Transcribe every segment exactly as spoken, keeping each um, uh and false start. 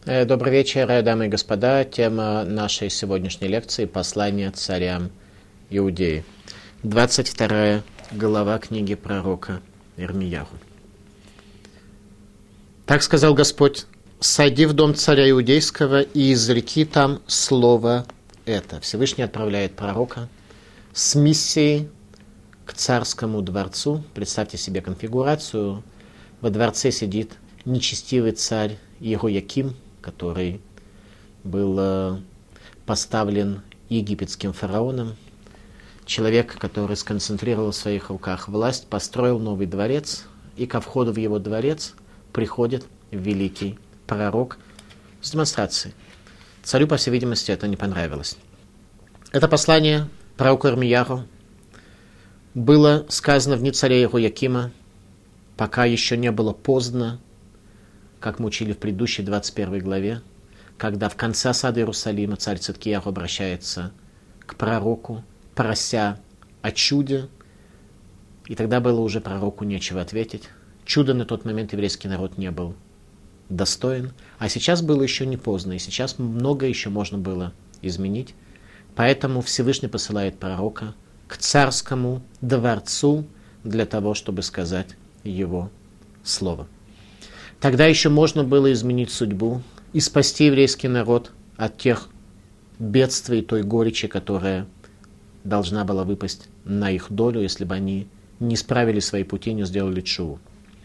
Добрый вечер, дамы и господа. Тема нашей сегодняшней лекции – послание царям Иудеи. двадцать вторая глава книги пророка Ирмияху. Так сказал Господь: «Сойди в дом царя Иудейского и изреки там слово это». Всевышний отправляет пророка с миссией к царскому дворцу. Представьте себе конфигурацию. Во дворце сидит нечестивый царь Иеhoiakim, который был поставлен египетским фараоном. Человек, который сконцентрировал в своих руках власть, построил новый дворец, и ко входу в его дворец приходит великий пророк с демонстрацией. Царю, по всей видимости, это не понравилось. Это послание пророку Ирмияху было сказано в дни царя Иеhoiакима, пока еще не было поздно, как мы учили в предыдущей двадцать первой главе, когда в конце осады Иерусалима царь Циткияху обращается к пророку, прося о чуде, и тогда было уже пророку нечего ответить. Чудо на тот момент еврейский народ не был достоин, а сейчас было еще не поздно, и сейчас многое еще можно было изменить. Поэтому Всевышний посылает пророка к царскому дворцу для того, чтобы сказать его слово. Тогда еще можно было изменить судьбу и спасти еврейский народ от тех бедствий, той горечи, которая должна была выпасть на их долю, если бы они не исправили свои пути, не сделали тшуву.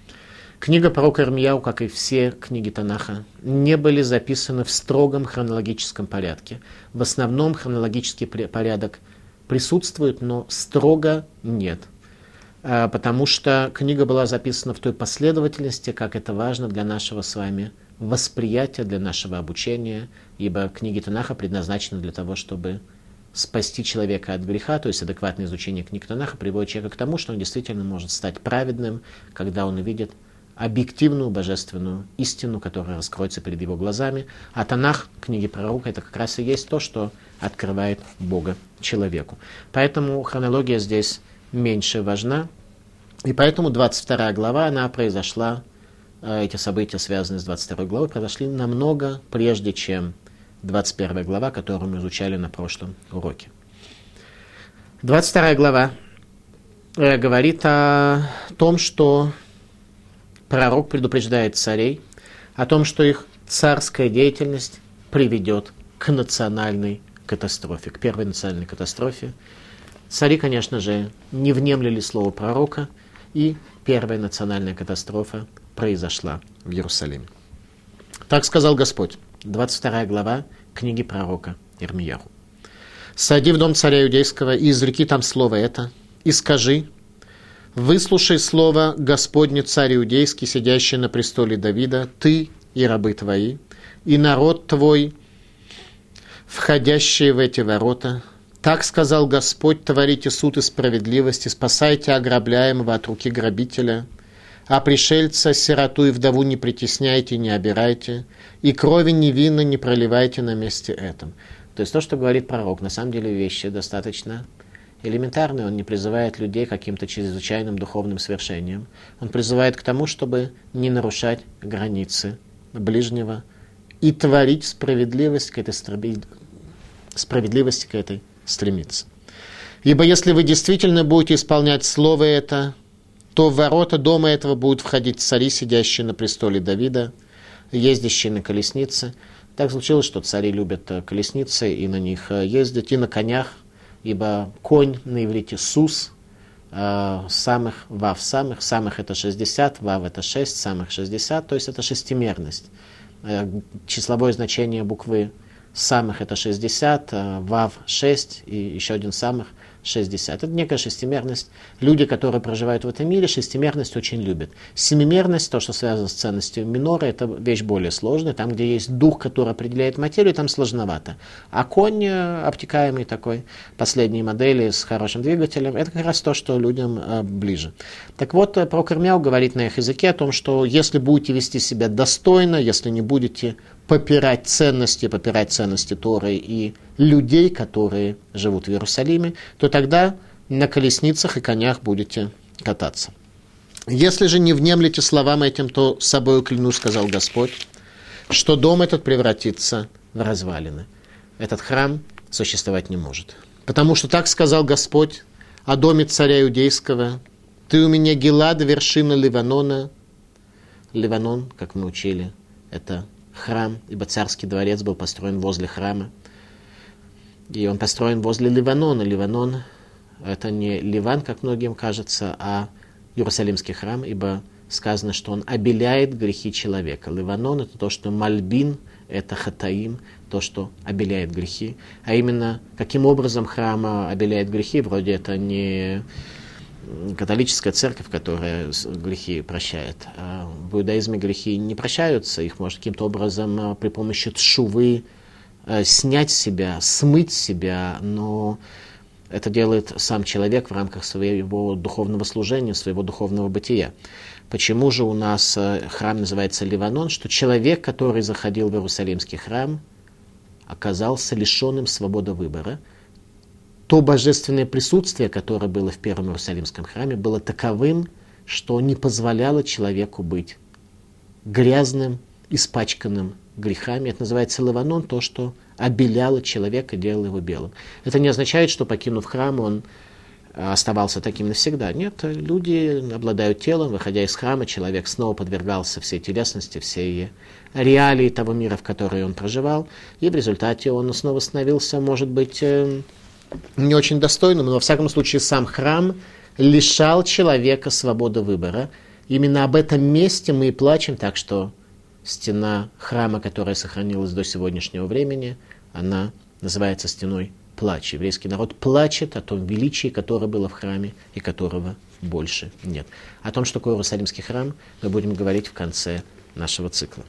Книга пророка Ирмияху, как и все книги Танаха, не были записаны в строгом хронологическом порядке. В основном хронологический порядок присутствует, но строго нет. Потому что книга была записана в той последовательности, как это важно для нашего с вами восприятия, для нашего обучения, ибо книги Танаха предназначены для того, чтобы спасти человека от греха, то есть адекватное изучение книг Танаха приводит человека к тому, что он действительно может стать праведным, когда он увидит объективную божественную истину, которая раскроется перед его глазами. А Танах, книги пророка, это как раз и есть то, что открывает Бога человеку. Поэтому хронология здесь меньше важна, и поэтому двадцать вторая глава, она произошла, эти события, связанные с двадцать второй главой, произошли намного прежде, чем двадцать первая глава, которую мы изучали на прошлом уроке. двадцать вторая глава э, говорит о том, что пророк предупреждает царей о том, что их царская деятельность приведет к национальной катастрофе, к первой национальной катастрофе. Цари, конечно же, не внемлили слово пророка, и первая национальная катастрофа произошла в Иерусалиме. Так сказал Господь. двадцать вторая глава книги пророка Ирмияху. «Сойди в дом царя Иудейского и изреки там слово это, и скажи: выслушай слово Господне, царь Иудейский, сидящий на престоле Давида, ты и рабы твои, и народ твой, входящие в эти ворота. Так сказал Господь: творите суд и справедливость, и спасайте ограбляемого от руки грабителя, а пришельца, сироту и вдову не притесняйте, не обирайте, и крови невинно не проливайте на месте этом». То есть то, что говорит пророк, на самом деле вещи достаточно элементарные. Он не призывает людей к каким-то чрезвычайным духовным свершениям. Он призывает к тому, чтобы не нарушать границы ближнего и творить справедливость к этой справедливости, к этой стремиться. «Ибо если вы действительно будете исполнять слово это, то в ворота дома этого будут входить цари, сидящие на престоле Давида, ездящие на колеснице». Так случилось, что цари любят колесницы и на них ездят, и на конях, ибо конь на иврите сус, самых, вав самых, самых это шестьдесят, вав это шесть, самых шестьдесят, то есть это шестимерность. Числовое значение буквы самых это шестьдесят, вав шесть и еще один самых шестьдесят. Это некая шестимерность. Люди, которые проживают в этом мире, шестимерность очень любят. Семимерность, то, что связано с ценностью минора, это вещь более сложная. Там, где есть дух, который определяет материю, там сложновато. А конь обтекаемый такой, последние модели с хорошим двигателем, это как раз то, что людям а, ближе. Так вот, пророк Ирмияху говорит на их языке о том, что если будете вести себя достойно, если не будете попирать ценности, попирать ценности Торы и людей, которые живут в Иерусалиме, то тогда на колесницах и конях будете кататься. Если же не внемлете словам этим, то собою клянусь, сказал Господь, что дом этот превратится в развалины. Этот храм существовать не может. Потому что так сказал Господь о доме царя Иудейского: «Ты у меня Гилад, вершина Ливанона». Ливанон, как мы учили, это храм, ибо царский дворец был построен возле храма. И он построен возле Ливанона. Ливанон – это не Ливан, как многим кажется, а Иерусалимский храм, ибо сказано, что он обеляет грехи человека. Ливанон – это то, что мальбин, это хатаим, то, что обеляет грехи. А именно, каким образом храм обеляет грехи, вроде это не католическая церковь, которая грехи прощает. А в иудаизме грехи не прощаются, их можно каким-то образом при помощи тшувы снять с себя, смыть с себя, но это делает сам человек в рамках своего духовного служения, своего духовного бытия. Почему же у нас храм называется Ливанон? Что человек, который заходил в Иерусалимский храм, оказался лишенным свободы выбора. То божественное присутствие, которое было в первом Иерусалимском храме, было таковым, что не позволяло человеку быть грязным, испачканным грехами. Это называется Ливанон, то, что обеляло человека, делало его белым. Это не означает, что, покинув храм, он оставался таким навсегда. Нет, люди обладают телом, выходя из храма, человек снова подвергался всей телесности, всей реалии того мира, в который он проживал, и в результате он снова становился, может быть, не очень достойным, но, во всяком случае, сам храм лишал человека свободы выбора. Именно об этом месте мы и плачем, так что стена храма, которая сохранилась до сегодняшнего времени, она называется стеной плача. Еврейский народ плачет о том величии, которое было в храме и которого больше нет. О том, что такое Иерусалимский храм, мы будем говорить в конце нашего цикла.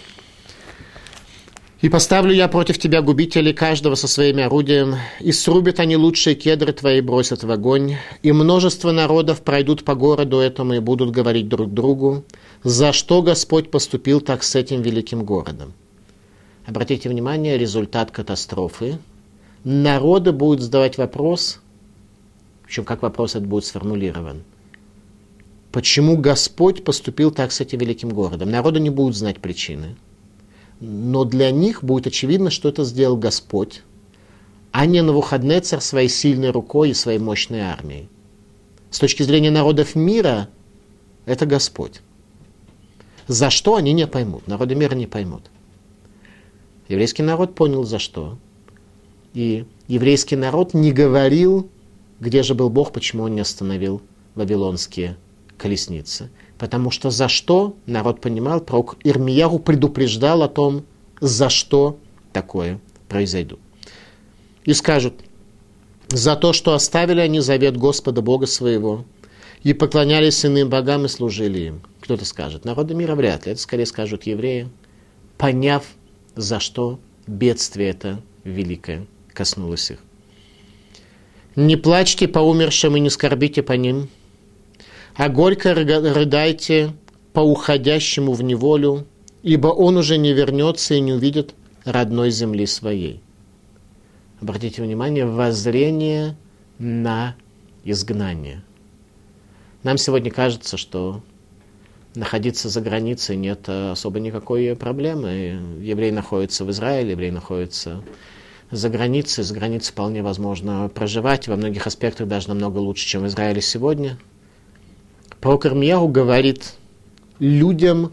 «И поставлю я против тебя губителей, каждого со своим орудием, и срубят они лучшие кедры твои, бросят в огонь, и множество народов пройдут по городу этому и будут говорить друг другу, за что Господь поступил так с этим великим городом». Обратите внимание, результат катастрофы. Народы будут задавать вопрос, причем как вопрос этот будет сформулирован. Почему Господь поступил так с этим великим городом? Народы не будут знать причины. Но для них будет очевидно, что это сделал Господь, а не Навуходнецар своей сильной рукой и своей мощной армией. С точки зрения народов мира, это Господь. За что они не поймут, народы мира не поймут. Еврейский народ понял, за что. И еврейский народ не говорил, где же был Бог, почему он не остановил вавилонские колесницы. Потому что за что, народ понимал, пророк Ирмияху предупреждал о том, за что такое произойдет. И скажут: за то, что оставили они завет Господа Бога своего, и поклонялись иным богам и служили им. Кто-то скажет, народы мира вряд ли, это скорее скажут евреи, поняв, за что бедствие это великое коснулось их. «Не плачьте по умершим и не скорбите по ним, а горько рыдайте по уходящему в неволю, ибо он уже не вернется и не увидит родной земли своей». Обратите внимание, воззрение на изгнание. Нам сегодня кажется, что находиться за границей нет особо никакой проблемы. Еврей находится в Израиле, еврей находится за границей, за границей вполне возможно проживать, во многих аспектах даже намного лучше, чем в Израиле сегодня. Пророк Ирмияху говорит людям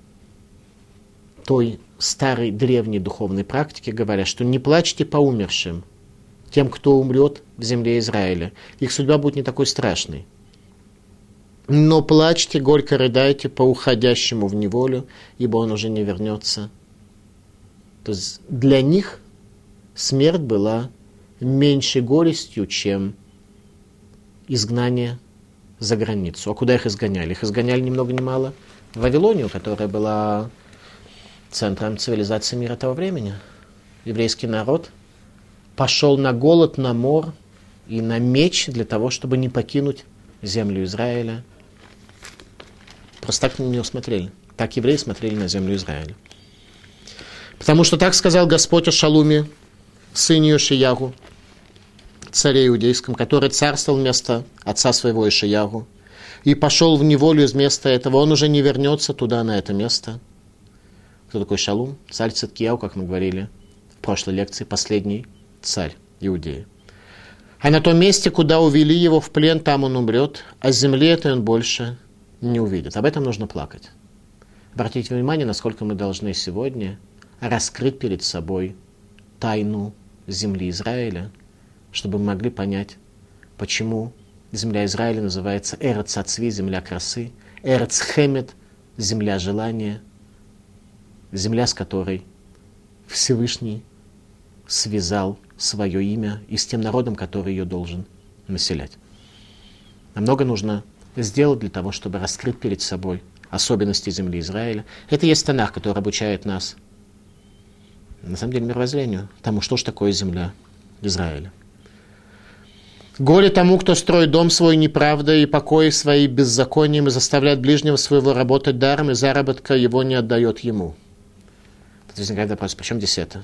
той старой древней духовной практики, говоря, что не плачьте по умершим, тем, кто умрет в земле Израиля. Их судьба будет не такой страшной. Но плачьте, горько рыдайте по уходящему в неволю, ибо он уже не вернется. То есть для них смерть была меньшей горестью, чем изгнание за границу. А куда их изгоняли? Их изгоняли ни много ни мало в Вавилонию, которая была центром цивилизации мира того времени. Еврейский народ пошел на голод, на мор и на меч для того, чтобы не покинуть землю Израиля. Просто так на него смотрели. Так евреи смотрели на землю Израиля. Потому что так сказал Господь о Шалуме, сыне Йошиягу, царе иудейском, который царствовал вместо отца своего Йошиягу, и пошел в неволю из места этого. Он уже не вернется туда, на это место. Кто такой Шалум? Царь Циткияу, как мы говорили в прошлой лекции, последний царь Иудеи. А на том месте, куда увели его в плен, там он умрет, а земли этой он больше не увидит. Об этом нужно плакать. Обратите внимание, насколько мы должны сегодня раскрыть перед собой тайну земли Израиля, чтобы мы могли понять, почему земля Израиля называется Эрец Ацви, земля красы, Эрец Хемет, земля желания, земля, с которой Всевышний связал свое имя и с тем народом, который ее должен населять. Нам много нужно сделать для того, чтобы раскрыть перед собой особенности земли Израиля. Это есть Танах, который обучает нас, на самом деле, мировоззрению, тому, что же такое земля Израиля. Горе тому, кто строит дом свой неправдой и покои свои беззаконием и заставляет ближнего своего работать даром, и заработка его не отдает ему. Тут возникает вопрос, почему здесь это?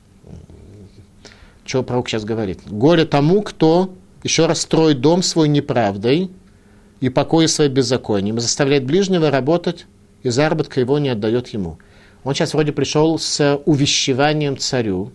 Что пророк сейчас говорит? Горе тому, кто еще раз строит дом свой неправдой и покои свои беззаконием, и заставляет ближнего работать, и заработка его не отдает ему. Он сейчас вроде пришел с увещеванием царю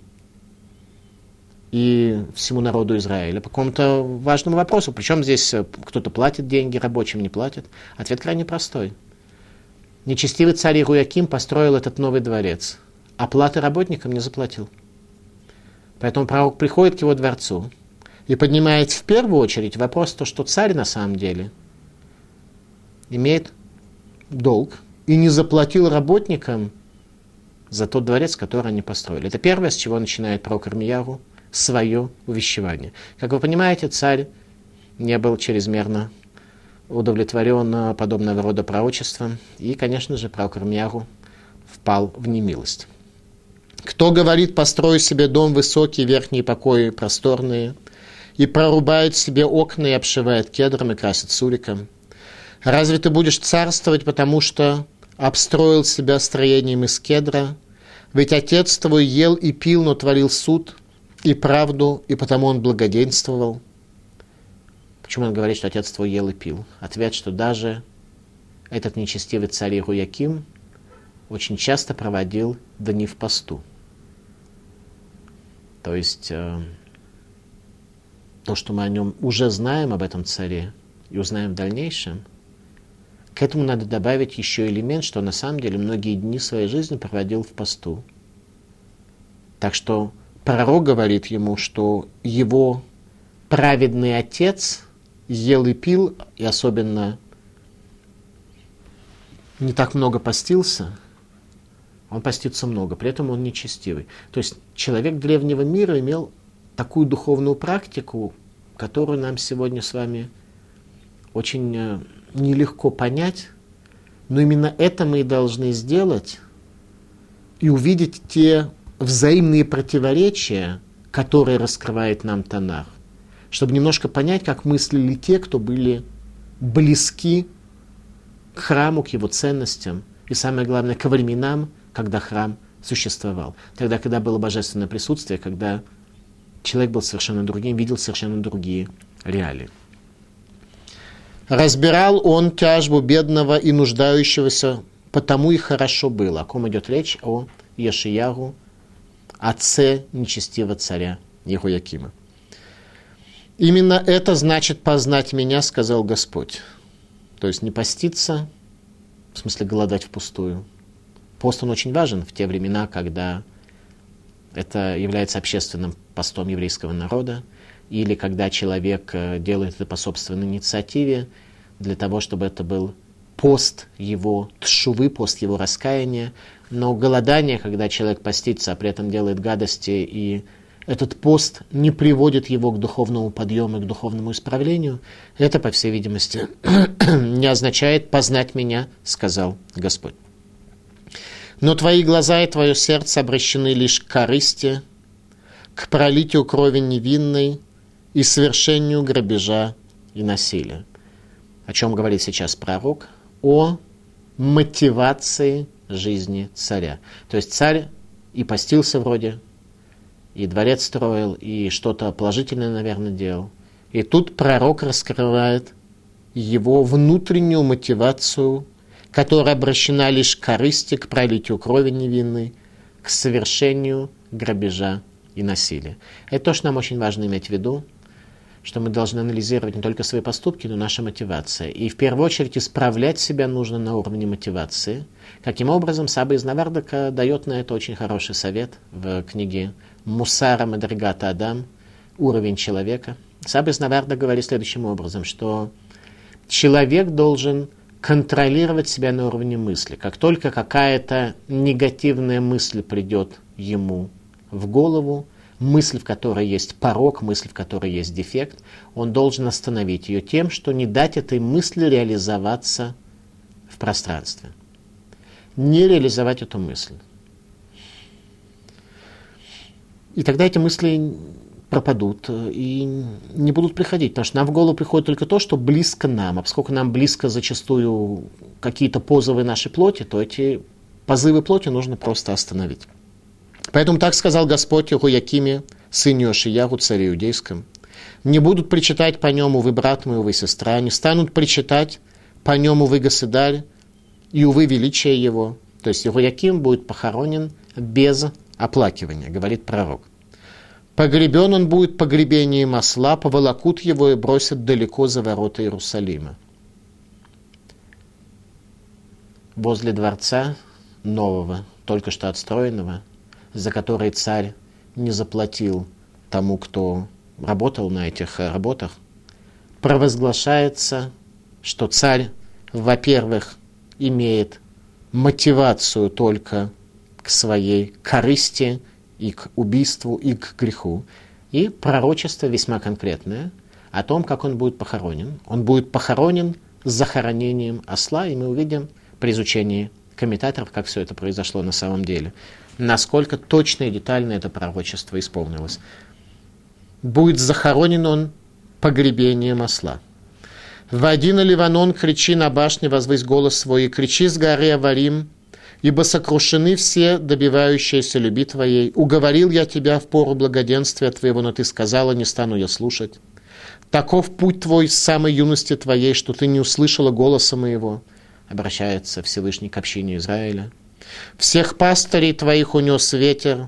и всему народу Израиля по какому-то важному вопросу. Причем здесь кто-то платит деньги, рабочим не платит. Ответ крайне простой. Нечестивый царь Иеруяким построил этот новый дворец, а платы работникам не заплатил. Поэтому пророк приходит к его дворцу и поднимает в первую очередь вопрос, то, что царь на самом деле имеет долг и не заплатил работникам за тот дворец, который они построили. Это первое, с чего начинает пророк Ирмиягу свое увещевание. Как вы понимаете, царь не был чрезмерно удовлетворен подобного рода пророчеством, и, конечно же, пророк Ирмиягу впал в немилость. Кто говорит, построю себе дом высокий, верхние покои просторные, и прорубает себе окна, и обшивает кедром, и красит суриком? Разве ты будешь царствовать, потому что обстроил себя строением из кедра? Ведь отец твой ел и пил, но творил суд и правду, и потому он благоденствовал. Почему он говорит, что отец твой ел и пил? Ответ, что даже этот нечестивый царь Иеруяким очень часто проводил дни в посту. То есть, э, то, что мы о нем уже знаем, об этом царе, и узнаем в дальнейшем, к этому надо добавить еще элемент, что на самом деле многие дни своей жизни проводил в посту. Так что пророк говорит ему, что его праведный отец ел и пил, и особенно не так много постился. Он постится много, при этом он нечестивый. То есть человек древнего мира имел такую духовную практику, которую нам сегодня с вами очень нелегко понять, но именно это мы и должны сделать и увидеть те взаимные противоречия, которые раскрывает нам Танах, чтобы немножко понять, как мыслили те, кто были близки к храму, к его ценностям, и самое главное, ко временам, когда храм существовал. Тогда, когда было божественное присутствие, когда человек был совершенно другим, видел совершенно другие реалии. Разбирал он тяжбу бедного и нуждающегося, потому и хорошо было. О ком идет речь? О Йошиягу, отце нечестивого царя Иеруякима. Именно это значит познать меня, сказал Господь. То есть не поститься, в смысле голодать впустую. Пост, он очень важен в те времена, когда это является общественным постом еврейского народа, или когда человек делает это по собственной инициативе, для того, чтобы это был пост его тшувы, пост его раскаяния. Но голодание, когда человек постится, а при этом делает гадости, и этот пост не приводит его к духовному подъему, к духовному исправлению, это, по всей видимости, не означает «познать меня», сказал Господь. Но твои глаза и твое сердце обращены лишь к корысти, к пролитию крови невинной и совершению грабежа и насилия. О чем говорит сейчас пророк? О мотивации жизни царя. То есть царь и постился вроде, и дворец строил, и что-то положительное, наверное, делал. И тут пророк раскрывает его внутреннюю мотивацию которая обращена лишь к корысти, к пролитию крови невинной, к совершению грабежа и насилия. Это то, что нам очень важно иметь в виду, что мы должны анализировать не только свои поступки, но и наша мотивация. И в первую очередь исправлять себя нужно на уровне мотивации. Каким образом? Саба из Навардака дает на это очень хороший совет в книге «Мусара Мадригата Адам. Уровень человека». Саба из Навардака говорит следующим образом, что человек должен контролировать себя на уровне мысли. Как только какая-то негативная мысль придет ему в голову, мысль, в которой есть порок, мысль, в которой есть дефект, он должен остановить ее тем, что не дать этой мысли реализоваться в пространстве. Не реализовать эту мысль. И тогда эти мысли пропадут и не будут приходить, потому что нам в голову приходит только то, что близко нам. А поскольку нам близко зачастую какие-то позывы нашей плоти, то эти позывы плоти нужно просто остановить. Поэтому так сказал Господь Иоякиме, сыне Иошиягу, царе иудейском: «Не будут причитать по нему вы, брат мой, увы, сестра, не станут причитать по нему вы, государь, и увы, величие его». То есть Иояким будет похоронен без оплакивания, говорит пророк. «Погребен он будет погребением осла, поволокут его и бросят далеко за ворота Иерусалима». Возле дворца нового, только что отстроенного, за который царь не заплатил тому, кто работал на этих работах, провозглашается, что царь, во-первых, имеет мотивацию только к своей корысти и к убийству, и к греху, и пророчество весьма конкретное о том, как он будет похоронен. Он будет похоронен с захоронением осла, и мы увидим при изучении комментаторов, как все это произошло на самом деле, насколько точно и детально это пророчество исполнилось. Будет захоронен он погребением осла. «Войди на Ливанон, кричи на башне, возвысь голос свой, и кричи с горы Аварим, ибо сокрушены все добивающиеся люби твоей. Уговорил я тебя в пору благоденствия твоего, но ты сказала, не стану я слушать. Таков путь твой с самой юности твоей, что ты не услышала голоса моего». Обращается Всевышний к общине Израиля. «Всех пастырей твоих унес ветер,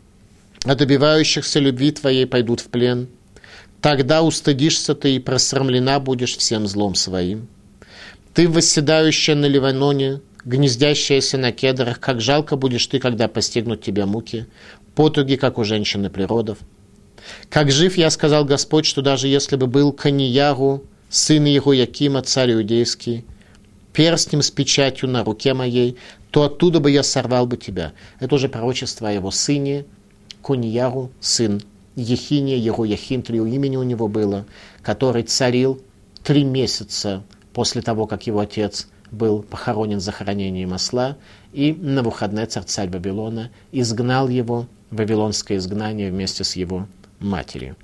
а добивающихся любви твоей пойдут в плен. Тогда устыдишься ты и просрамлена будешь всем злом своим. Ты, восседающая на Ливаноне, гнездящаяся на кедрах, как жалко будешь ты, когда постигнут тебя муки, потуги, как у женщины природов. Как жив я, сказал Господь, что даже если бы был Каниягу, сын Иоякима, царь иудейский, перстнем с печатью на руке моей, то оттуда бы я сорвал бы тебя». Это уже пророчество о его сыне, Коньяру, сын Ехиния, Еhoяхим, три имени у него было, который царил три месяца после того, как его отец был похоронен захоронением осла, и Навуходнецар, царь Вавилона, изгнал его в вавилонское изгнание вместе с его матерью.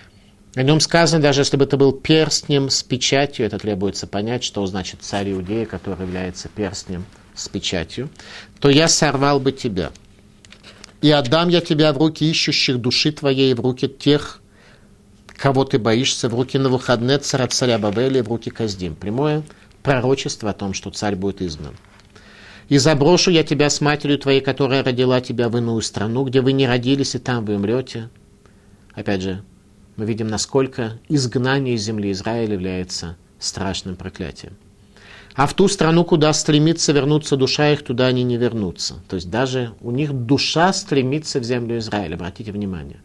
О нем сказано, даже если бы это был перстнем с печатью, это требуется понять, что значит царь Иудеи, который является перстнем с печатью, то я сорвал бы тебя. И отдам я тебя в руки ищущих души твоей, в руки тех, кого ты боишься, в руки Навуходнецара, царя Бавеля, в руки Каздим. Прямое пророчество о том, что царь будет изгнан. «И заброшу я тебя с матерью твоей, которая родила тебя в иную страну, где вы не родились, и там вы умрете». Опять же, мы видим, насколько изгнание из земли Израиля является страшным проклятием. «А в ту страну, куда стремится вернуться душа их, туда они не вернутся». То есть даже у них душа стремится в землю Израиля. Обратите внимание.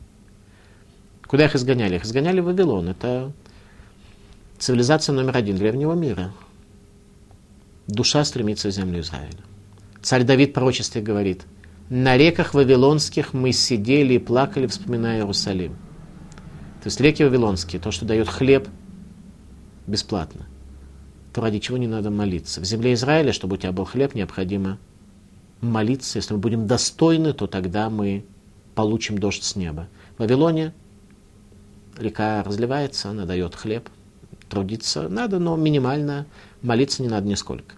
Куда их изгоняли? Их изгоняли в Вавилон. Это цивилизация номер один древнего мира. Душа стремится в землю Израиля. Царь Давид в пророчестве говорит: «На реках вавилонских мы сидели и плакали, вспоминая Иерусалим». То есть реки вавилонские, то, что дает хлеб бесплатно, то ради чего не надо молиться. В земле Израиля, чтобы у тебя был хлеб, необходимо молиться. Если мы будем достойны, то тогда мы получим дождь с неба. В Вавилоне река разливается, она дает хлеб. Трудиться надо, но минимально, молиться не надо нисколько.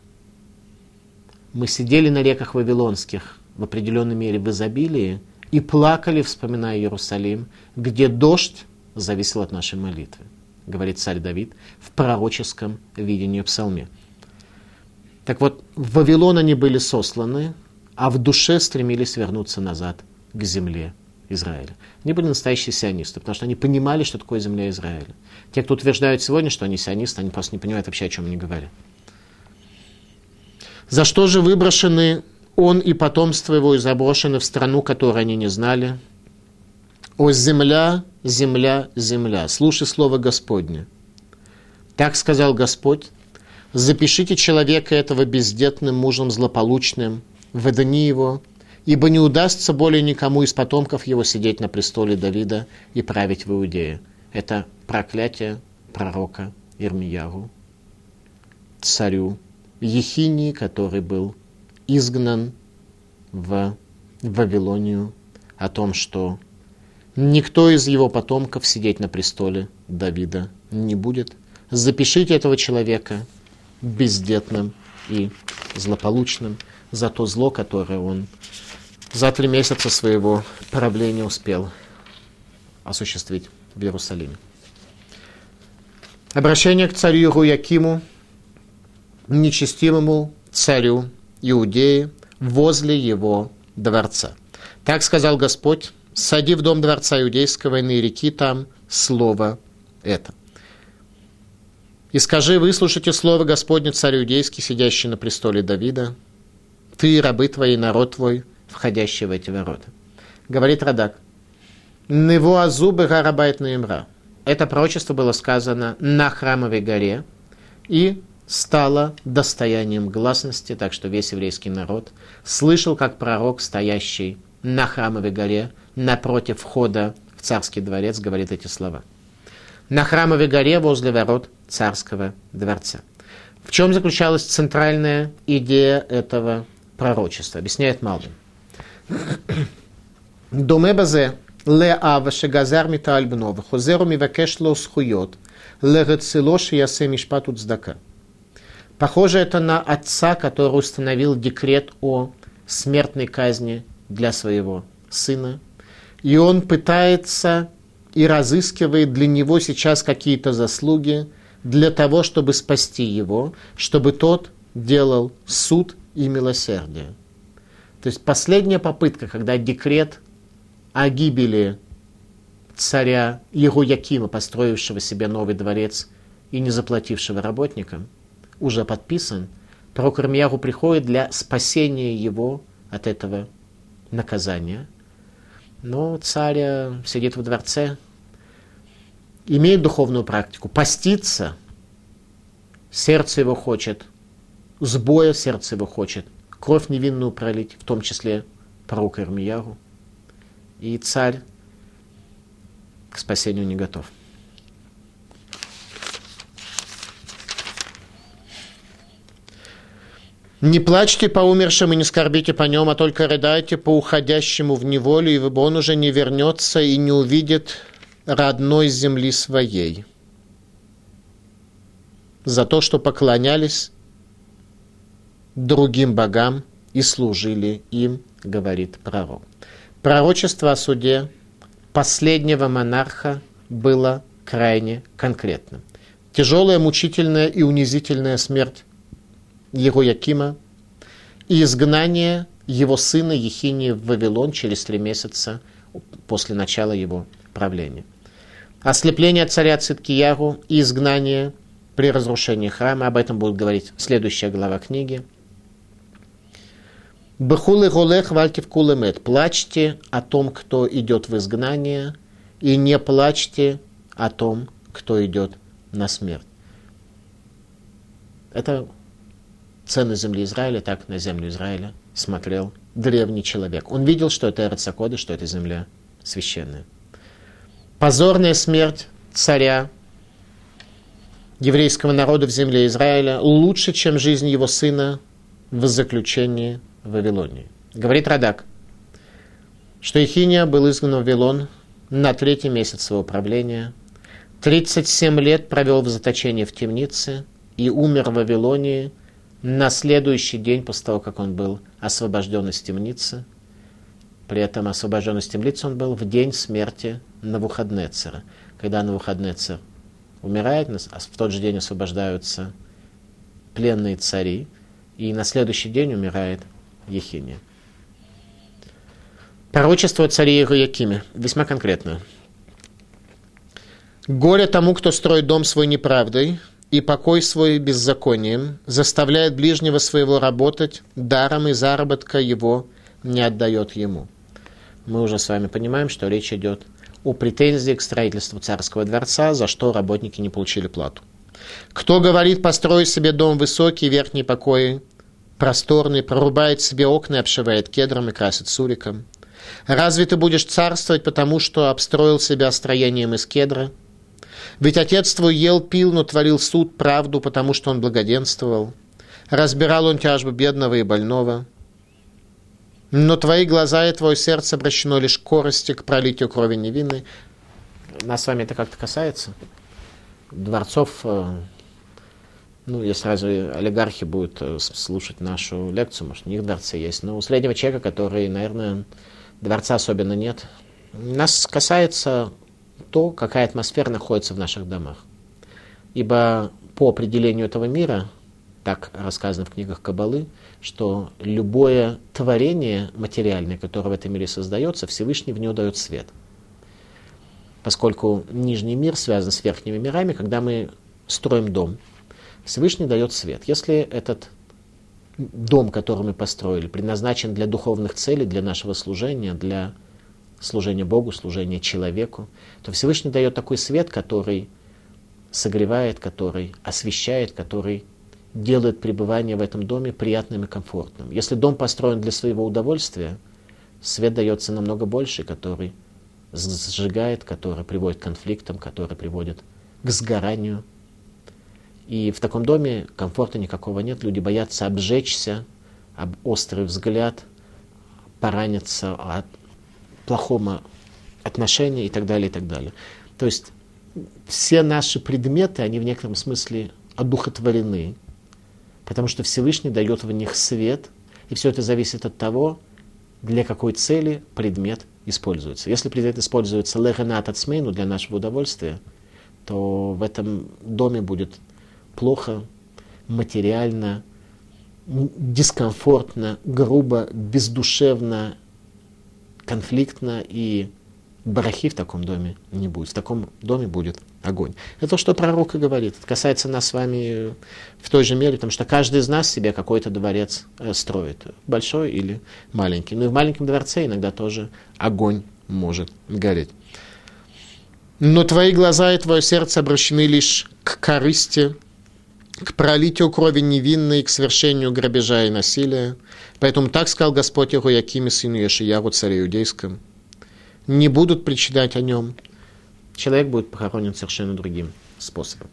Мы сидели на реках вавилонских в определенной мере в изобилии и плакали, вспоминая Иерусалим, где дождь зависел от нашей молитвы, говорит царь Давид в пророческом видении в псалме. Так вот, в Вавилон они были сосланы, а в душе стремились вернуться назад к земле Израиля. Они были настоящие сионисты, потому что они понимали, что такое земля Израиля. Те, кто утверждают сегодня, что они сионисты, они просто не понимают вообще, о чем они говорят. За что же выброшены он и потомство его, и заброшены в страну, которую они не знали? «О земля, земля, земля, слушай слово Господне. Так сказал Господь, запишите человека этого бездетным мужем злополучным в дни его, ибо не удастся более никому из потомков его сидеть на престоле Давида и править в Иудее». Это проклятие пророка Ирмиягу, царю Ехинии, который был изгнан в Вавилонию, о том, что никто из его потомков сидеть на престоле Давида не будет. Запишите этого человека бездетным и злополучным за то зло, которое он за три месяца своего правления успел осуществить в Иерусалиме. Обращение к царю Иоякиму, нечестивому царю Иудеи, возле его дворца. Так сказал Господь: сади в дом дворца иудейского и нареки там слово это. И скажи: выслушайте слово Господне, царь иудейский, сидящий на престоле Давида, ты, рабы твои, народ твой, входящий в эти ворота. Говорит Радак: «Невуазу бега рабайт наимра». Это пророчество было сказано на Храмовой горе и стало достоянием гласности, так что весь еврейский народ слышал, как пророк, стоящий на Храмовой горе, напротив входа в царский дворец, говорит эти слова. На Храмовой горе возле ворот царского дворца. В чем заключалась центральная идея этого пророчества? Объясняет Малбим. Доме базе леава шегазар митааль бно вхозеру мивакеш ло схуйот легецило шиясе мишпат уцдака. Похоже это на отца, который установил декрет о смертной казни для своего сына. И он пытается и разыскивает для него сейчас какие-то заслуги для того, чтобы спасти его, чтобы тот делал суд и милосердие. То есть последняя попытка, когда декрет о гибели царя Иоякима, построившего себе новый дворец и не заплатившего работникам, уже подписан, пророк Ирмиягу приходит для спасения его от этого наказания. Но царь сидит в дворце, имеет духовную практику, постится, сердце его хочет, с боя сердце его хочет кровь невинную пролить, в том числе пророка Ирмиягу. И царь к спасению не готов. «Не плачьте по умершим и не скорбите по нем, а только рыдайте по уходящему в неволю, ибо он уже не вернется и не увидит родной земли своей за то, что поклонялись другим богам и служили им», говорит пророк. Пророчество о суде последнего монарха было крайне конкретным. Тяжелая, мучительная и унизительная смерть Иоякима и изгнание его сына Ехинии в Вавилон через три месяца после начала его правления. Ослепление царя Циткиягу и изгнание при разрушении храма. Об этом будет говорить следующая глава книги. «Бехулы голех вальтив кулемет». Плачьте о том, кто идет в изгнание, и не плачьте о том, кто идет на смерть. Это цены земли Израиля, так на землю Израиля смотрел древний человек. Он видел, что это Эрец Акодеш, что это земля священная. Позорная смерть царя еврейского народа в земле Израиля лучше, чем жизнь его сына в заключении в Вавилонии. Говорит Радак, что Ехиния был изгнан в Вавилон на третий месяц своего правления, тридцать семь лет провел в заточении в темнице и умер в Вавилонии на следующий день после того, как он был освобожден из темницы. При этом освобожден из темницы он был в день смерти Навуходнецера. Когда Навуходнецер умирает, в тот же день освобождаются пленные цари. и на следующий день умирает Ехиния. Пророчество о царе Иоакиме, весьма конкретное. «Горе тому, кто строит дом свой неправдой, и покой свой беззаконием, заставляет ближнего своего работать, даром и заработка его не отдает ему». Мы уже с вами понимаем, что речь идет о претензии к строительству царского дворца, за что работники не получили плату. «Кто говорит, построй себе дом высокий, верхние покои, просторный, прорубает себе окна и обшивает кедром и красит суриком. Разве ты будешь царствовать, потому что обстроил себя строением из кедра? Ведь отец твой ел, пил, но творил суд, правду, потому что он благоденствовал. Разбирал он тяжбу бедного и больного. Но твои глаза и твое сердце обращено лишь к корости, к пролитию крови невинной». Нас с вами это как-то касается. Дворцов, ну, если разве олигархи будут слушать нашу лекцию, может, у них дворцы есть, но у среднего человека, который, наверное, дворца особенно нет, нас касается то, какая атмосфера находится в наших домах. Ибо по определению этого мира, так рассказано в книгах Каббалы, что любое творение материальное, которое в этом мире создается, Всевышний в него дает свет. Поскольку нижний мир связан с верхними мирами, когда мы строим дом, Всевышний дает свет. Если этот дом, который мы построили, предназначен для духовных целей, для нашего служения, для служения Богу, служения человеку, то Всевышний дает такой свет, который согревает, который освещает, который делает пребывание в этом доме приятным и комфортным. Если дом построен для своего удовольствия, свет дается намного больше, который сжигает, который приводит к конфликтам, который приводит к сгоранию. И в таком доме комфорта никакого нет. Люди боятся обжечься, об острый взгляд, пораниться от плохого отношения и так далее, и так далее. То есть все наши предметы, они в некотором смысле одухотворены, потому что Всевышний дает в них свет, и все это зависит от того, для какой цели предмет используется. Если предмет используется лехенат ацмейну, для нашего удовольствия, то в этом доме будет плохо, материально, дискомфортно, грубо, бездушевно, конфликтно, и барахи в таком доме не будет. В таком доме будет огонь. Это то, что пророк и говорит. Это касается нас с вами в той же мере, потому что каждый из нас себе какой-то дворец строит. Большой или маленький. Но и в маленьком дворце иногда тоже огонь может гореть. «Но твои глаза и твое сердце обращены лишь к корысти, к пролитию крови невинной, к совершению грабежа и насилия. Поэтому так сказал Господь Иоакиме, сыну Йошияру, царю иудейскому: не будут причитать о нем». Человек будет похоронен совершенно другим способом.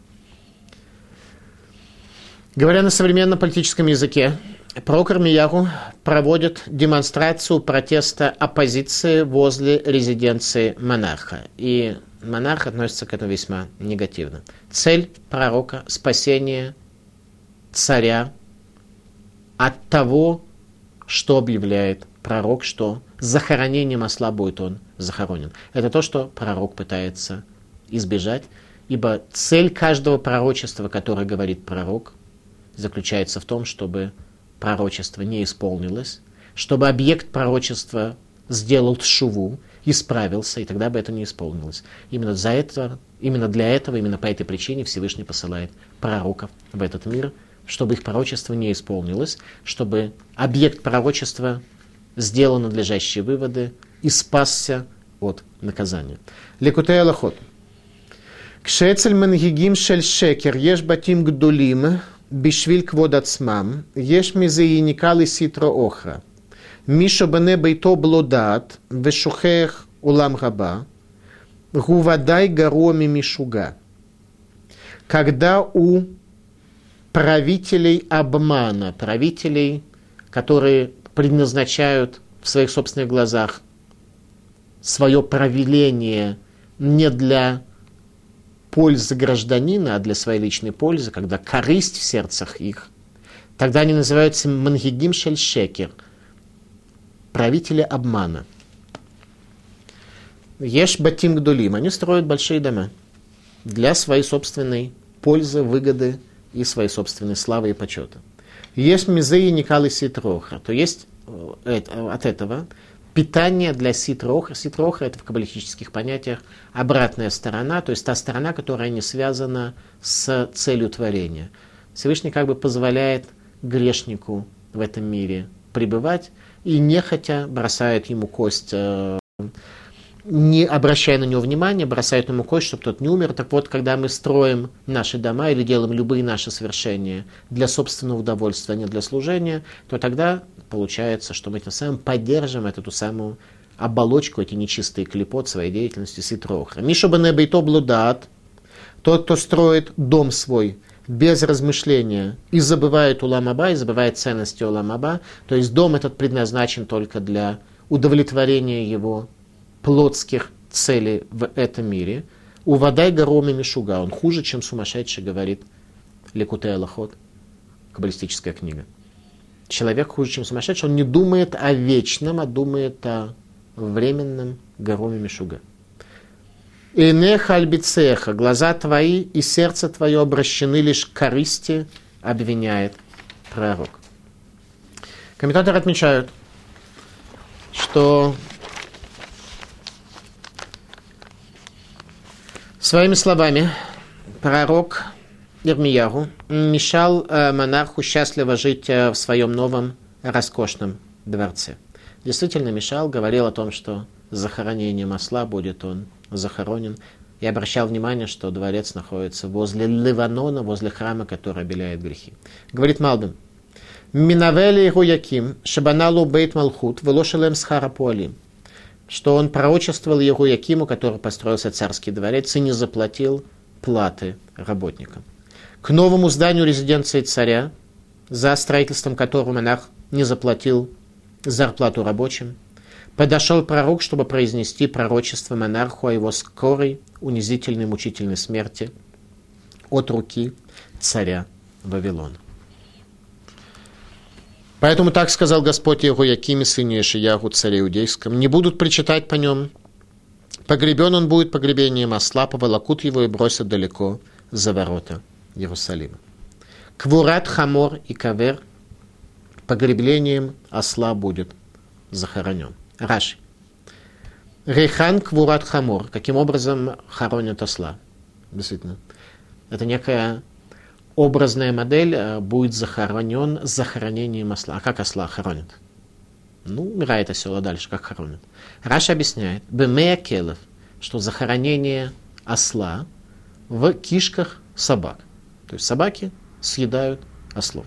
Говоря на современном политическом языке, пророк Ирмияру проводит демонстрацию протеста оппозиции возле резиденции монарха. И монарх относится к этому весьма негативно. Цель пророка – спасение царя от того, что объявляет пророк, что захоронением осла будет он захоронен. Это то, что пророк пытается избежать, ибо цель каждого пророчества, которое говорит пророк, заключается в том, чтобы пророчество не исполнилось, чтобы объект пророчества сделал тшуву, исправился, и тогда бы это не исполнилось. Именно, за это, именно для этого, именно по этой причине Всевышний посылает пророков в этот мир, чтобы их пророчество не исполнилось, чтобы объект пророчества сделал надлежащие выводы и спасся от наказания. Лекутей алахот. Кшецель мангигим шель шекер еш батим гдулим бишвиль квод ацмам еш мизе иникал и ситро охра мишо бене бейто блодат вешухех улам раба гувадай гароми мишуга. Когда у правителей обмана, правителей, которые предназначают в своих собственных глазах свое правление не для пользы гражданина, а для своей личной пользы, когда корысть в сердцах их, тогда они называются мангигим шель шекер, правители обмана. Еш батим гдулим, они строят большие дома для своей собственной пользы, выгоды и своей собственной славы и почета. Есть мизеи никалы ситрохра, то есть от этого питание для ситрохра. Ситрохра — это в каббалистических понятиях обратная сторона, то есть та сторона, которая не связана с целью творения. Всевышний как бы позволяет грешнику в этом мире пребывать и нехотя бросает ему кость, не обращая на него внимания, бросает ему кость, чтобы тот не умер. Так вот, когда мы строим наши дома или делаем любые наши свершения для собственного удовольствия, а не для служения, то тогда получается, что мы тем самым поддержим эту ту самую оболочку, эти нечистые клипот своей деятельности ситрохра. Миша бенебейто блудат, тот, кто строит дом свой без размышления и забывает улам аба, и забывает ценности улам аба, то есть дом этот предназначен только для удовлетворения его плотских целей в этом мире. Увадай гароми мишуга, он хуже, чем сумасшедший, говорит Ликутей Алахот, каббалистическая книга. Человек хуже, чем сумасшедший, он не думает о вечном, а думает о временном гароме мишуга. Инеха альбицеха, глаза твои и сердце твое обращены лишь к корысти, обвиняет пророк. Комментаторы отмечают, что своими словами пророк Ирмияру мешал э, монарху счастливо жить э, в своем новом роскошном дворце. Действительно мешал, говорил о том, что с захоронением осла будет он захоронен, и обращал внимание, что дворец находится возле Ливанона, возле храма, который обеляет грехи. Говорит Малбим: «Минавели Ируяким, шабаналу бейт малхут, велошелем схара пуалим», что он пророчествовал Ируякиму, который построился царский дворец, и не заплатил платы работникам. К новому зданию резиденции царя, за строительством которого монарх не заплатил зарплату рабочим, подошел пророк, чтобы произнести пророчество монарху о его скорой, унизительной, мучительной смерти от руки царя Вавилона. Поэтому так сказал Господь Иеhoiакиме, сыне Ишияху, царе иудейском: не будут причитать по нем, погребен он будет погребением осла, поволокут его и бросят далеко за ворота Иерусалима. Квурат хамор и кавер, погреблением осла будет захоронен. Раши. Рейхан квурат хамор. Каким образом хоронят осла? Действительно. Это некая образная модель, будет захоронен с захоронением осла. А как осла хоронят? Ну, умирает осел, а дальше как хоронят? Раши объясняет, бемея келев, что захоронение осла в кишках собак. То есть собаки съедают ослов.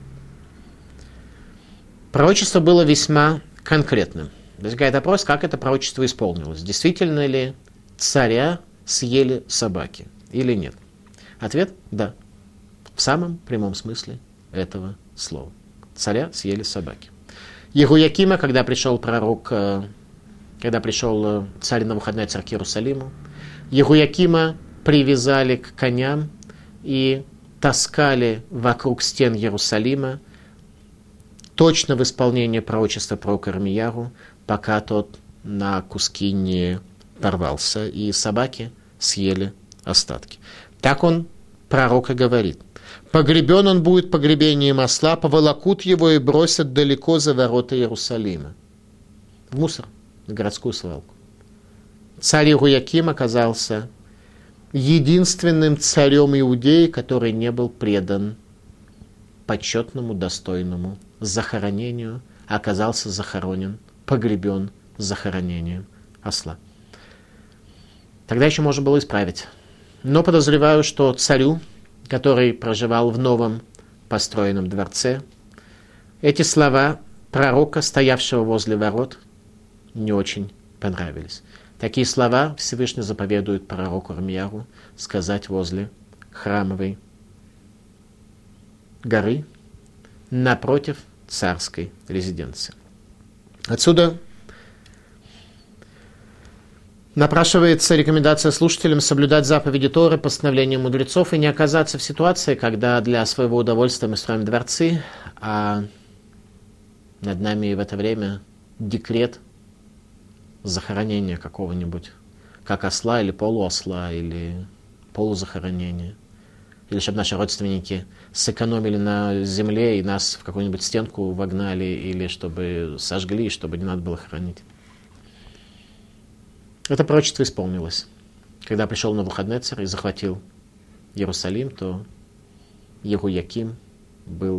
Пророчество было весьма конкретным. Возникает вопрос, как это пророчество исполнилось. Действительно ли царя съели собаки или нет? Ответ – да. В самом прямом смысле этого слова. Царя съели собаки. Иеhoiакима, когда пришел пророк, когда пришел царь Навуходоносор к Иерусалиму, Иеhoiакима привязали к коням и таскали вокруг стен Иерусалима, точно в исполнение пророчества пророка Ирмияру, пока тот на куски не порвался, и собаки съели остатки. Так он, пророк, и говорит: погребен он будет погребением осла, поволокут его и бросят далеко за ворота Иерусалима. В мусор, в городскую свалку. Царь Иеhoiаким оказался единственным царем Иудеи, который не был предан почетному, достойному захоронению, оказался захоронен, погребен с захоронением осла. Тогда еще можно было исправить. Но подозреваю, что царю, который проживал в новом построенном дворце, эти слова пророка, стоявшего возле ворот, не очень понравились. Такие слова Всевышний заповедует пророку Ирмияру сказать возле храмовой горы напротив царской резиденции. Отсюда напрашивается рекомендация слушателям соблюдать заповеди Торы, постановления мудрецов и не оказаться в ситуации, когда для своего удовольствия мы строим дворцы, а над нами в это время декрет захоронения какого-нибудь, как осла или полуосла, или полузахоронения. или чтобы наши родственники сэкономили на земле и нас в какую-нибудь стенку вогнали, или чтобы сожгли, чтобы не надо было хоронить. Это пророчество исполнилось. Когда пришел Навуходоносор и захватил Иерусалим, то Ехуяким был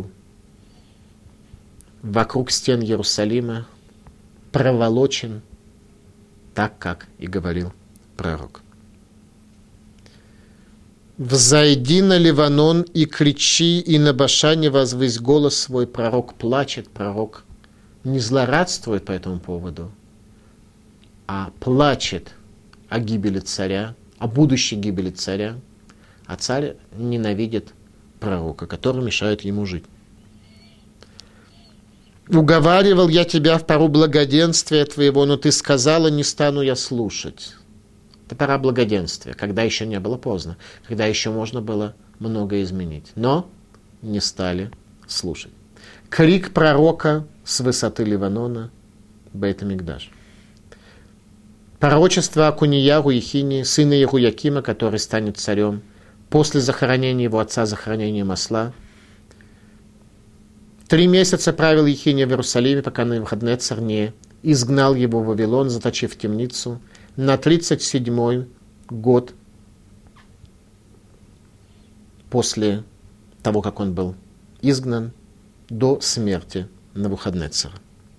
вокруг стен Иерусалима проволочен так, как и говорил пророк. «Взойди на Ливанон и кричи, и на Башане возвысь голос свой». Пророк плачет, пророк не злорадствует по этому поводу, а плачет о гибели царя, о будущей гибели царя, а царь ненавидит пророка, который мешает ему жить. «Уговаривал я тебя в пору благоденствия твоего, но ты сказала, не стану я слушать». Это пора благоденствия, когда еще не было поздно, когда еще можно было многое изменить. Но не стали слушать. Крик пророка с высоты Ливанона, Бейт-Микдаш. Пророчество о Куньяру Ехинии, сына Ехуякима, который станет царем, после захоронения его отца, захоронения осла. Три месяца правил Ехиния в Иерусалиме, пока Навуходоносор не изгнал его в Вавилон, заточив в темницу. На тридцать седьмой год после того, как он был изгнан, до смерти Навуходоносора.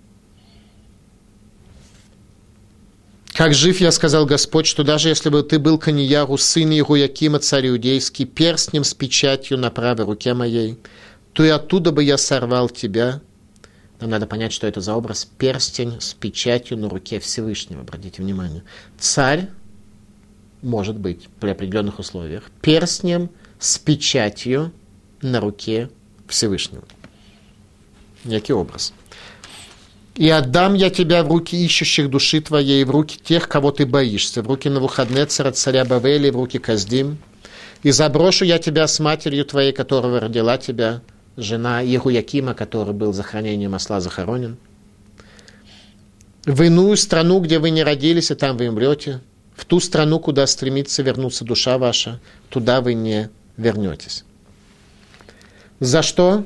«Как жив я, сказал Господь, что даже если бы ты был Куньяру, сын Ехуякима, царь иудейский, перстнем с печатью на правой руке моей, то и оттуда бы я сорвал тебя». Нам надо понять, что это за образ. Перстень с печатью на руке Всевышнего. Обратите внимание. Царь может быть при определенных условиях перстнем с печатью на руке Всевышнего. Некий образ. «И отдам я тебя в руки ищущих души твоей, в руки тех, кого ты боишься, в руки Навуходоносора, царя Бавеля, в руки Каздим. И заброшу я тебя с матерью твоей, которая родила тебя, жена Ехуякима, который был за хранением осла захоронен. В иную страну, где вы не родились, и там вы умрете. В ту страну, куда стремится вернуться душа ваша, туда вы не вернетесь». За что?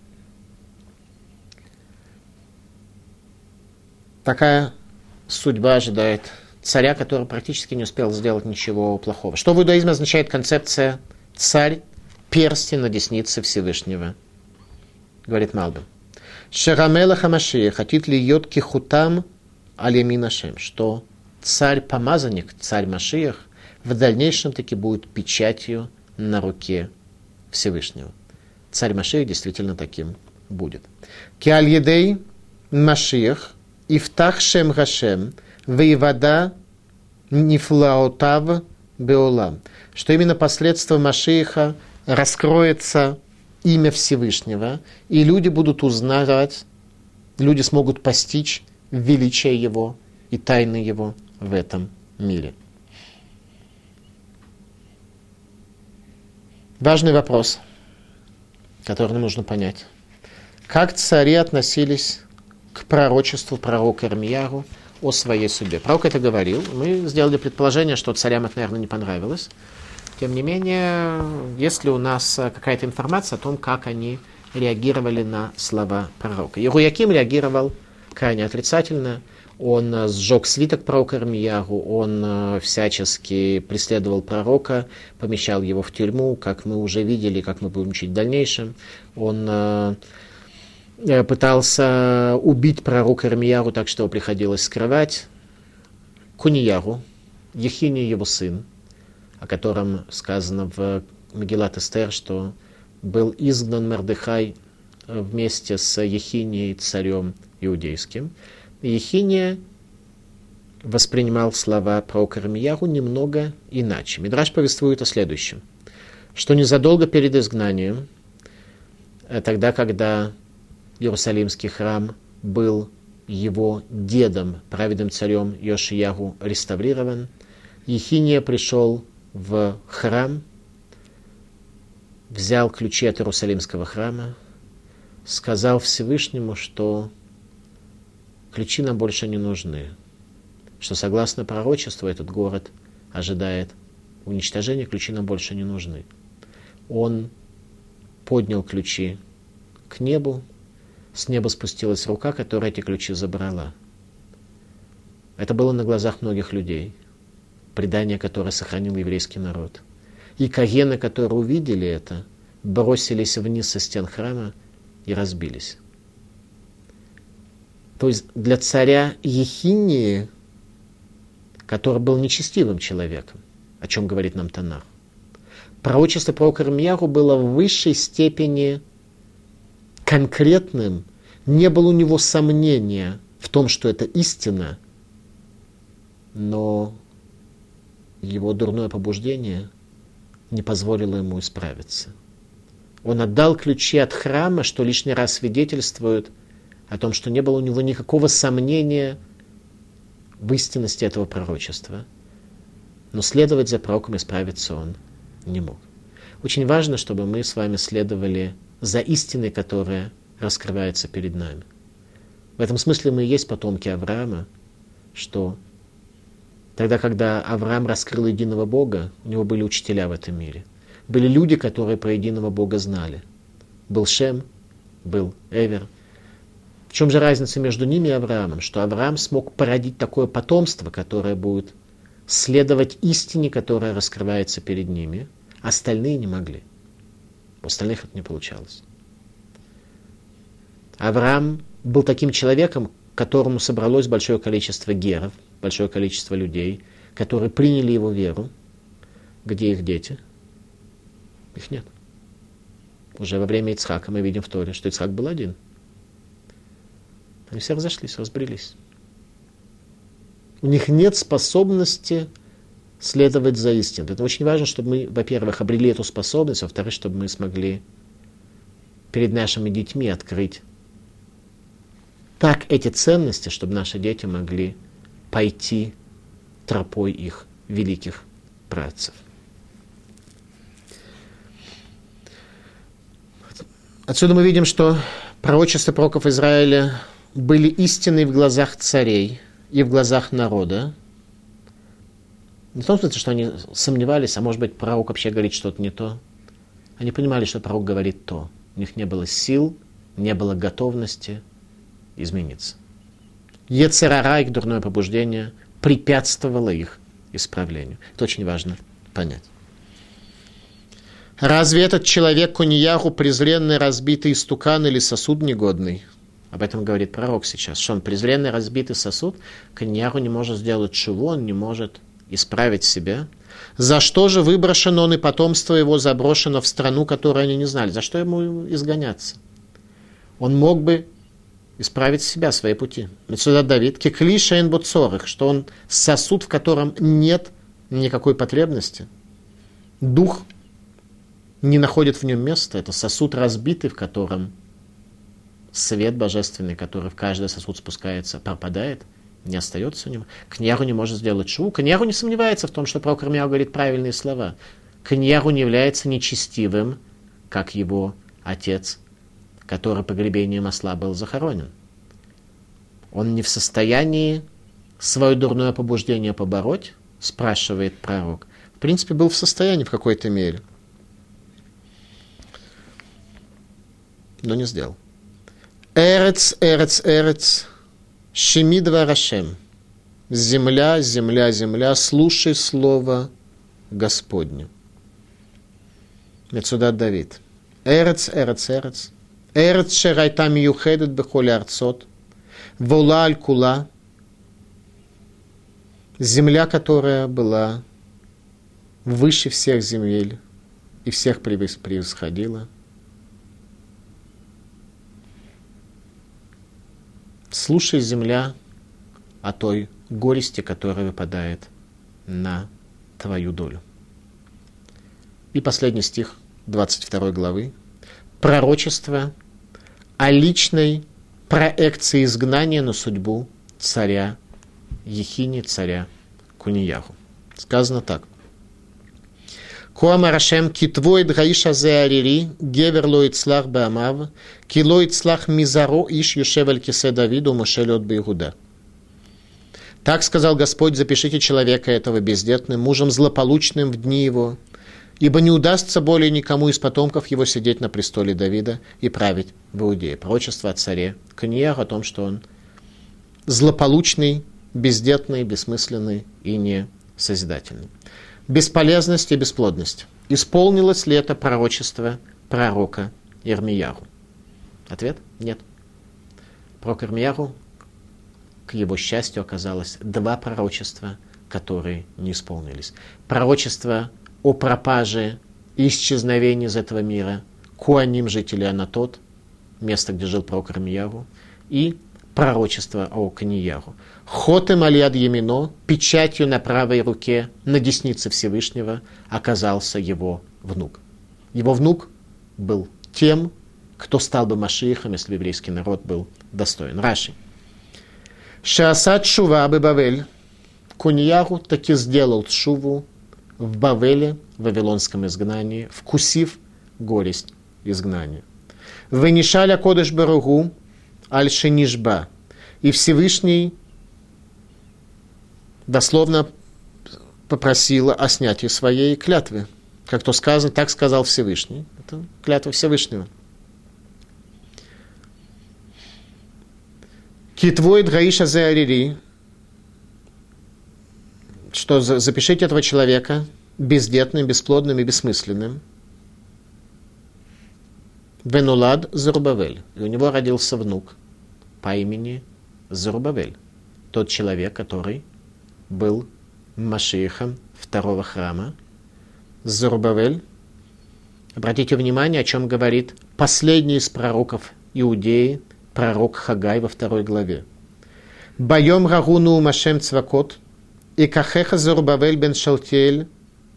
Такая судьба ожидает царя, который практически не успел сделать ничего плохого. Что в иудаизме означает концепция «царь, перстень на деснице Всевышнего»? Говорит Малбим. Шерамела Хамашия, хотит ли йод кихутам алямин Ашем, что царь-помазанник, царь Машиах, в дальнейшем таки будет печатью на руке Всевышнего. Царь Машиах действительно таким будет. Ки аль-едей Машиах, ифтах шем Гашем, вейвада нифлаотав беолам, что именно последствия Машиаха раскроется имя Всевышнего, и люди будут узнавать, люди смогут постичь величие Его и тайны Его в этом мире. Важный вопрос, который нам нужно понять. Как цари относились к пророчеству пророка Ирмияру о своей судьбе? Пророк это говорил. Мы сделали предположение, что царям это, наверное, не понравилось. Тем не менее, есть ли у нас какая-то информация о том, как они реагировали на слова пророка? Ехуяким реагировал крайне отрицательно. Он сжег свиток пророка Ирмияру, он всячески преследовал пророка, помещал его в тюрьму, как мы уже видели, как мы будем учить в дальнейшем. Он пытался убить пророка Ирмияру, так что его приходилось скрывать. Куньяру, Ехиния его сын, о котором сказано в Мегилат Эстер, что был изгнан Мордехай вместе с Ехинией, царем иудейским. Ехиния воспринимал слова пророка Ирмияру немного иначе. Мидраш повествует о следующем, что незадолго перед изгнанием, тогда, когда Иерусалимский храм был его дедом, праведным царем Йошиягу, реставрирован, Ехиния пришел в храм, взял ключи от Иерусалимского храма, сказал Всевышнему, что ключи нам больше не нужны, что согласно пророчеству этот город ожидает уничтожения, ключи нам больше не нужны. он поднял ключи к небу, с неба спустилась рука, которая эти ключи забрала. Это было на глазах многих людей, предание, которое сохранил еврейский народ. И кагены, которые увидели это, бросились вниз со стен храма и разбились. То есть для царя Ехинии, который был нечестивым человеком, о чем говорит нам Танах, пророчество пророка Ирмияху было в высшей степени конкретным, не было у него сомнения в том, что это истина, но его дурное побуждение не позволило ему исправиться. Он отдал ключи от храма, что лишний раз свидетельствует о том, что не было у него никакого сомнения в истинности этого пророчества. Но следовать за пророком исправиться он не мог. Очень важно, чтобы мы с вами следовали за истиной, которая раскрывается перед нами. В этом смысле мы и есть потомки Авраама, что тогда, когда Авраам раскрыл единого Бога, у него были учителя в этом мире. Были люди, которые про единого Бога знали. Был Шем, был Эвер. В чем же разница между ними и Авраамом? Что Авраам смог породить такое потомство, которое будет следовать истине, которая раскрывается перед ними. Остальные не могли. У остальных это не получалось. Авраам был таким человеком, к которому собралось большое количество геров, большое количество людей, которые приняли его веру. Где их дети? Их нет. Уже во время Ицхака мы видим в Торе, что Ицхак был один. Они все разошлись, разбрелись. У них нет способности следовать за истиной. Это очень важно, чтобы мы, во-первых, обрели эту способность, а во-вторых, чтобы мы смогли перед нашими детьми открыть так эти ценности, чтобы наши дети могли пойти тропой их великих працев. Отсюда мы видим, что пророчества пророков Израиля были истинны в глазах царей и в глазах народа. Не в том смысле, что они сомневались, а может быть, пророк вообще говорит что-то не то. Они понимали, что пророк говорит то. У них не было сил, не было готовности измениться. Йецер ара, их дурное побуждение, препятствовало их исправлению. Это очень важно понять. Разве этот человек Конияху презренный, разбитый истукан или сосуд негодный? Об этом говорит пророк сейчас. Что он презренный, разбитый сосуд? Конияху не может сделать чего, он не может исправить себя. За что же выброшен он и потомство его заброшено в страну, которую они не знали? За что ему изгоняться? Он мог бы исправить себя, свои пути. Отсюда Давид, кекли шейн боцорых, что он сосуд, в котором нет никакой потребности. Дух не находит в нем места. Это сосуд разбитый, в котором свет божественный, который в каждый сосуд спускается, пропадает, не остается у него. Княру не может сделать шоу. Княру не сомневается в том, что пророк Ирмияху говорит правильные слова. Княру не является нечестивым, как его отец, который погребением осла был захоронен. Он не в состоянии свое дурное побуждение побороть, спрашивает пророк. В принципе, был в состоянии в какой-то мере, но не сделал. Эрец, эрец, эрец, шемидва рашем. Земля, земля, земля, слушай слово Господне. Отсюда Давид. Эрец, эрец, эрец. Эрец шерайта миюхедет бехоли арцот. Вола аль кула. Земля, которая была выше всех земель и всех превосходила. Слушай, земля, о той горести, которая выпадает на твою долю. И последний стих двадцать второй главы. Пророчество о личной проекции изгнания на судьбу царя Ехини, царя Конияху. Сказано так. Коамар Ашем ки твой дгаиша зе арири гевер ло ицлах беамав ки ло ицлах мизаро иш юшев аль кисе Давиду мошелет беигуда. Так сказал Господь, запишите человека этого бездетным, мужем злополучным в дни его, ибо не удастся более никому из потомков его сидеть на престоле Давида и править в Иудее. Пророчество о царе Коньяху о том, что он злополучный, бездетный, бессмысленный и не созидательный. Бесполезность и бесплодность. Исполнилось ли это пророчество пророка Ирмияху? Ответ – нет. Пророк Ирмияху, к его счастью, оказалось два пророчества, которые не исполнились. Пророчество о пропаже и исчезновении из этого мира Куаним, жителей Анатот, место, где жил пророк Ирмияху, и пророчество о Коньяху. Хотем аль-яд ямино, печатью на правой руке, на деснице Всевышнего, оказался его внук. Его внук был тем, кто стал бы Машиихом, если бы еврейский народ был достоин. Раши. Шаасад шува бе-Бавель. Коньяху таки сделал шуву в Бавеле, в вавилонском изгнании, вкусив горесть изгнания. Венишаля кодеш баругу аль-шенишба. И Всевышний дословно попросил о снятии своей клятвы. Как то сказано, так сказал Всевышний. Это клятва Всевышнего. Китвой драиша зе арири. Что запишите этого человека бездетным, бесплодным и бессмысленным. Венулад Зарубавель. И у него родился внук по имени Зарубавель. Тот человек, который был Машиихом второго храма. Зарубавель. Обратите внимание, о чем говорит последний из пророков Иудеи, пророк Хагай во второй главе. Байом рагуну машем цвакот, и кахеха Зарубавель бен Шалтиэль,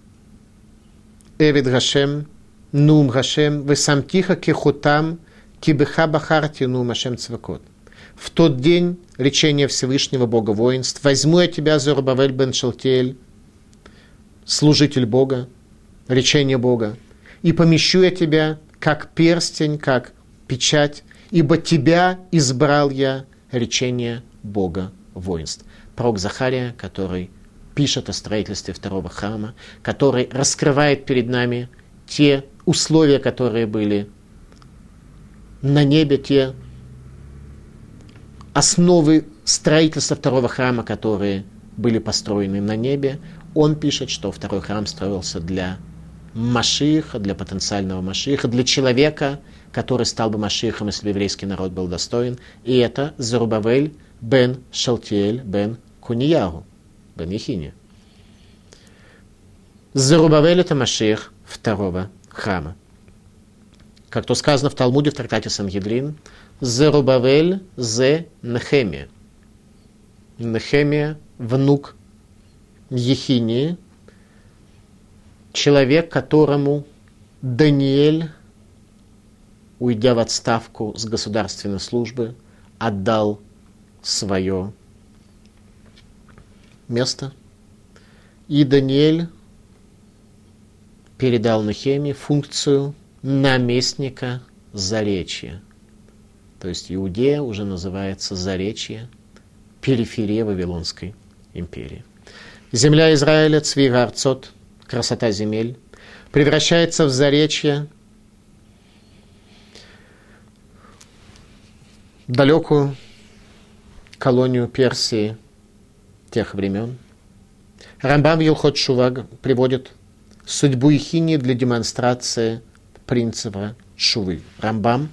Эвид Гашем, Нум Гашем, весамтиха кехутам, кибеха бахарти Нум Гашем цвакот. В тот день речения Всевышнего Бога воинств, возьму я тебя, Зарубавель бен Шалтиэль, служитель Бога, речение Бога, и помещу я тебя, как перстень, как печать, ибо тебя избрал я, речение Бога воинств. Пророк Захария, который пишет о строительстве второго храма, который раскрывает перед нами те условия, которые были на небе, те основы строительства второго храма, которые были построены на небе. Он пишет, что второй храм строился для Машииха, для потенциального Машииха, для человека, который стал бы Машиихом, если бы еврейский народ был достоин. И это Зарубавель бен Шалтиэль бен Коньяху, бен Ехиния. Зарубавель — это Машиих второго храма. Как то сказано в Талмуде, в трактате Сангедрин, Зарубавель зе Нехемия. Нехемия — внук Ехинии, человек, которому Даниэль, уйдя в отставку с государственной службы, отдал свое место. И Даниэль передал Нехемии функцию наместника Заречья. То есть Иудея уже называется Заречье, периферия Вавилонской империи. Земля Израиля, Цвига Арцот, красота земель, превращается в Заречье, далекую колонию Персии тех времен. Рамбам в Илхот Шува приводит судьбу Ехинии для демонстрации принципа Шувы. Рамбам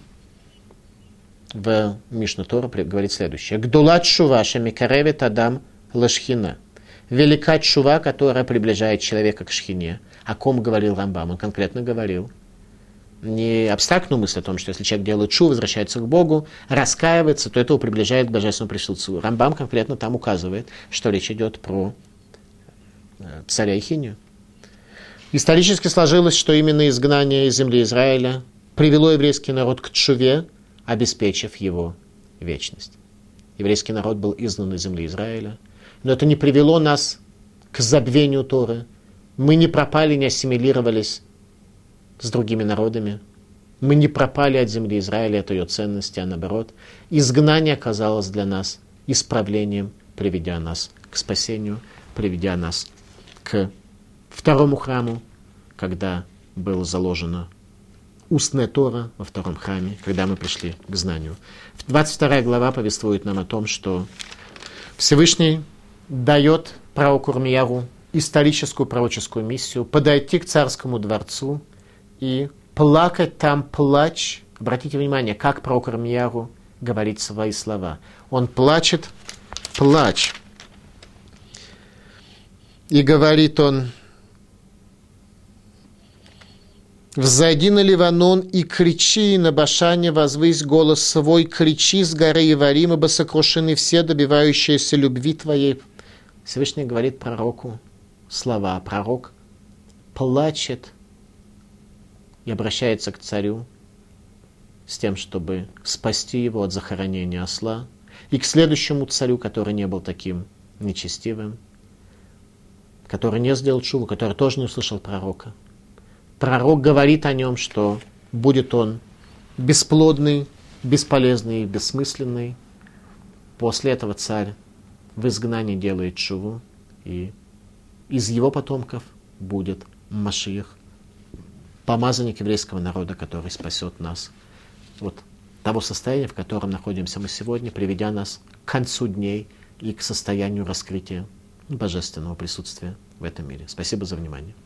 в Мишна Тора говорит следующее. Гдулат Шува шемикаревет адам лашхина. Велика Шува, которая приближает человека к шхине. О ком говорил Рамбам? Он конкретно говорил не абстрактную мысль о том, что если человек делает шу, возвращается к Богу, раскаивается, то это его приближает к божественному присутствию. Рамбам конкретно там указывает, что речь идет про царя Ехинию. Исторически сложилось, что именно изгнание из земли Израиля привело еврейский народ к тшуве, обеспечив его вечность. Еврейский народ был изгнан из земли Израиля, но это не привело нас к забвению Торы. Мы не пропали, не ассимилировались с другими народами. Мы не пропали от земли Израиля, от ее ценности, а наоборот. Изгнание оказалось для нас исправлением, приведя нас к спасению, приведя нас к второму храму, когда было заложено устная Тора во втором храме, когда мы пришли к знанию. двадцать вторая глава повествует нам о том, что Всевышний дает пророку Ирмияру историческую пророческую миссию подойти к царскому дворцу и плакать там плач. Обратите внимание, как пророк Ирмияру говорит свои слова. Он плачет плач. И говорит он: «Взойди на Ливанон и кричи, на Башане возвысь голос свой, кричи с горы Иварим, ибо сокрушены все добивающиеся любви твоей». Всевышний говорит пророку слова. Пророк плачет и обращается к царю с тем, чтобы спасти его от захоронения осла, и к следующему царю, который не был таким нечестивым, который не сделал тшуву, который тоже не услышал пророка. Пророк говорит о нем, что будет он бесплодный, бесполезный, бессмысленный. После этого царь в изгнании делает тшуву, и из его потомков будет Машиах, помазанник еврейского народа, который спасет нас от того состояния, в котором находимся мы сегодня, приведя нас к концу дней и к состоянию раскрытия божественного присутствия в этом мире. Спасибо за внимание.